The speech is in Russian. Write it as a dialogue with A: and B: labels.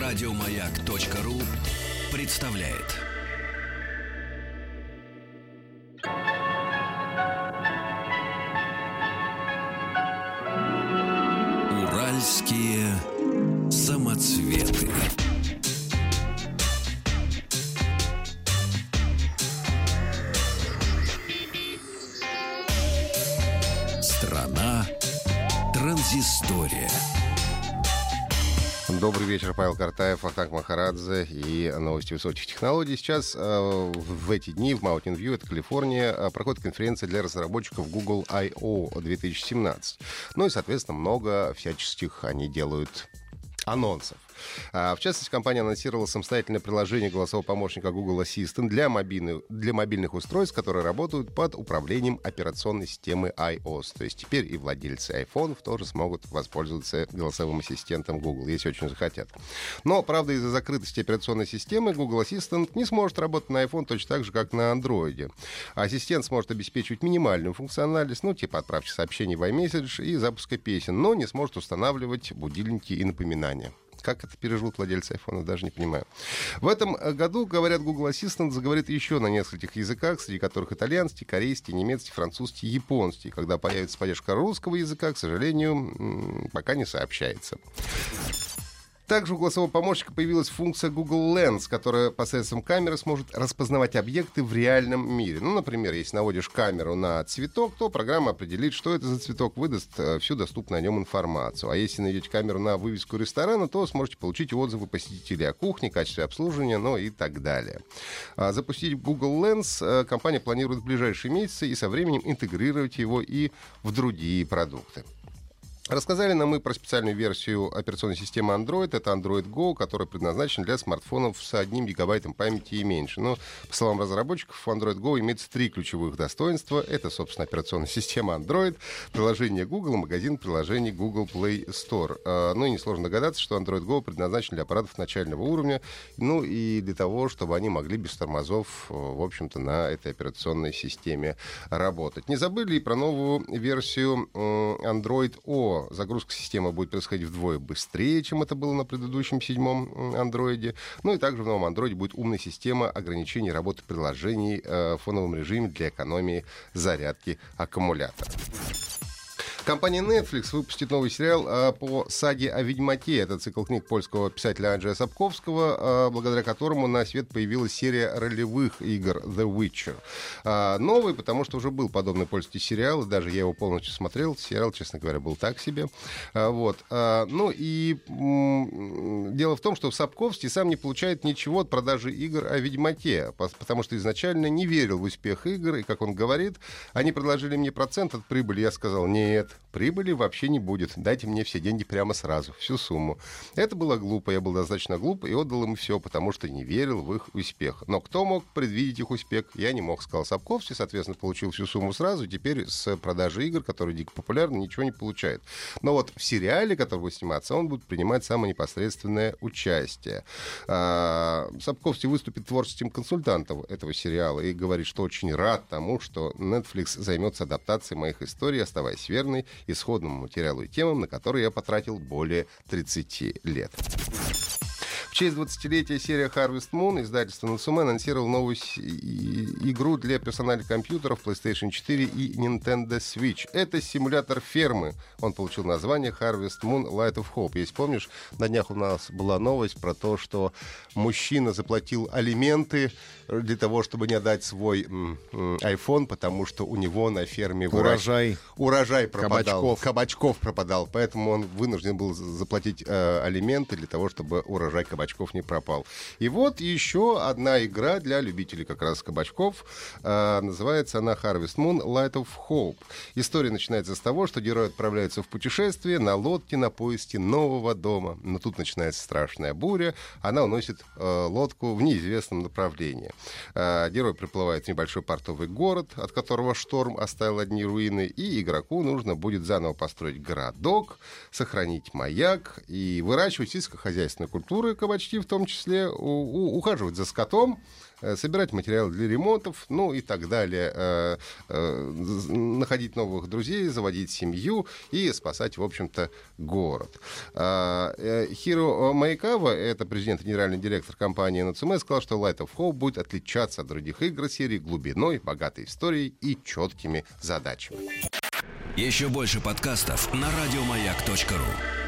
A: Радиомаяк.ру представляет. Уральские самоцветы. Страна транзистория.
B: Добрый вечер, Павел Картаев, Вахтанг Махарадзе и новости высоких технологий. Сейчас в эти дни в Mountain View, это Калифорния, проходит конференция для разработчиков Google I.O. 2017. Ну и, соответственно, много всяческих они делают анонсов. В частности, компания анонсировала самостоятельное приложение голосового помощника Google Assistant для мобильных устройств, которые работают под управлением операционной системы iOS. То есть теперь и владельцы iPhone тоже смогут воспользоваться голосовым ассистентом Google, если очень захотят. Но, правда, из-за закрытости операционной системы Google Assistant не сможет работать на iPhone точно так же, как на Android. Ассистент сможет обеспечивать минимальную функциональность, типа отправки сообщений в iMessage и запуска песен, но не сможет устанавливать будильники и напоминания. Как это переживут владельцы айфона, даже не понимаю. В этом году, говорят, Google Assistant заговорит еще на нескольких языках, среди которых итальянский, корейский, немецкий, французский, японский. Когда появится поддержка русского языка, к сожалению, пока не сообщается. Также у голосового помощника появилась функция Google Lens, которая посредством камеры сможет распознавать объекты в реальном мире. Например, если наводишь камеру на цветок, то программа определит, что это за цветок, выдаст всю доступную о нем информацию. А если наведете камеру на вывеску ресторана, то сможете получить отзывы посетителей о кухне, качестве обслуживания, и так далее. Запустить Google Lens компания планирует в ближайшие месяцы и со временем интегрировать его и в другие продукты. Рассказали нам мы про специальную версию операционной системы Android. Это Android Go, которая предназначена для смартфонов с 1 гигабайтом памяти и меньше. Но, по словам разработчиков, у Android Go имеется 3 ключевых достоинства. Это, собственно, операционная система Android, приложение Google, магазин приложений Google Play Store. И несложно догадаться, что Android Go предназначен для аппаратов начального уровня, и для того, чтобы они могли без тормозов, в общем-то, на этой операционной системе работать. Не забыли и про новую версию Android O. Загрузка системы будет происходить вдвое быстрее, чем это было на предыдущем 7-м андроиде. И также в новом андроиде будет умная система ограничений работы приложений в фоновом режиме для экономии зарядки аккумулятора. Компания Netflix выпустит новый сериал по саге о Ведьмаке. Это цикл книг польского писателя Анджея Сапковского, благодаря которому на свет появилась серия ролевых игр The Witcher. Новый, потому что уже был подобный польский сериал, и даже я его полностью смотрел. Сериал, честно говоря, был так себе. Дело в том, что Сапковский сам не получает ничего от продажи игр о Ведьмаке, потому что изначально не верил в успех игр, и, как он говорит, они предложили мне процент от прибыли. Я сказал: нет, прибыли вообще не будет. Дайте мне все деньги прямо сразу, всю сумму. Это было глупо, я был достаточно глуп и отдал им все, потому что не верил в их успех. Но кто мог предвидеть их успех? Я не мог, сказал Сапковский, соответственно, получил всю сумму сразу, и теперь с продажи игр, которые дико популярны, ничего не получает. Но в сериале, который будет сниматься, он будет принимать самое непосредственное участие. Сапковский выступит творческим консультантом этого сериала и говорит, что очень рад тому, что Netflix займется адаптацией моих историй, оставаясь верной исходному материалу и темам, на которые я потратил более 30 лет. В честь 20-летия серия Harvest Moon издательство Natsume анонсировало новую игру для персональных компьютеров PlayStation 4 и Nintendo Switch. Это симулятор фермы. Он получил название Harvest Moon Light of Hope. Если помнишь, на днях у нас была новость про то, что мужчина заплатил алименты для того, чтобы не отдать свой iPhone, потому что у него на ферме урожай пропадал. Кабачков пропадал. Поэтому он вынужден был заплатить алименты для того, чтобы урожай кабачков не пропал. И вот еще одна игра для любителей как раз кабачков. Называется она Harvest Moon Light of Hope. История начинается с того, что герои отправляются в путешествие на лодке на поиски нового дома. Но тут начинается страшная буря. Она уносит лодку в неизвестном направлении. Герой приплывает в небольшой портовый город, от которого шторм оставил одни руины, и игроку нужно будет заново построить городок, сохранить маяк и выращивать сельскохозяйственные культуры, кабачки в том числе, ухаживать за скотом, собирать материалы для ремонтов, ну и так далее, находить новых друзей, заводить семью и спасать, в общем-то, город. Хиро Маэкава, это президент и генеральный директор компании Natsume, сказал, что Light of Hope будет отличаться от других игр серии глубиной, богатой историей и четкими задачами.
A: Еще больше подкастов на радиомаяк.ру.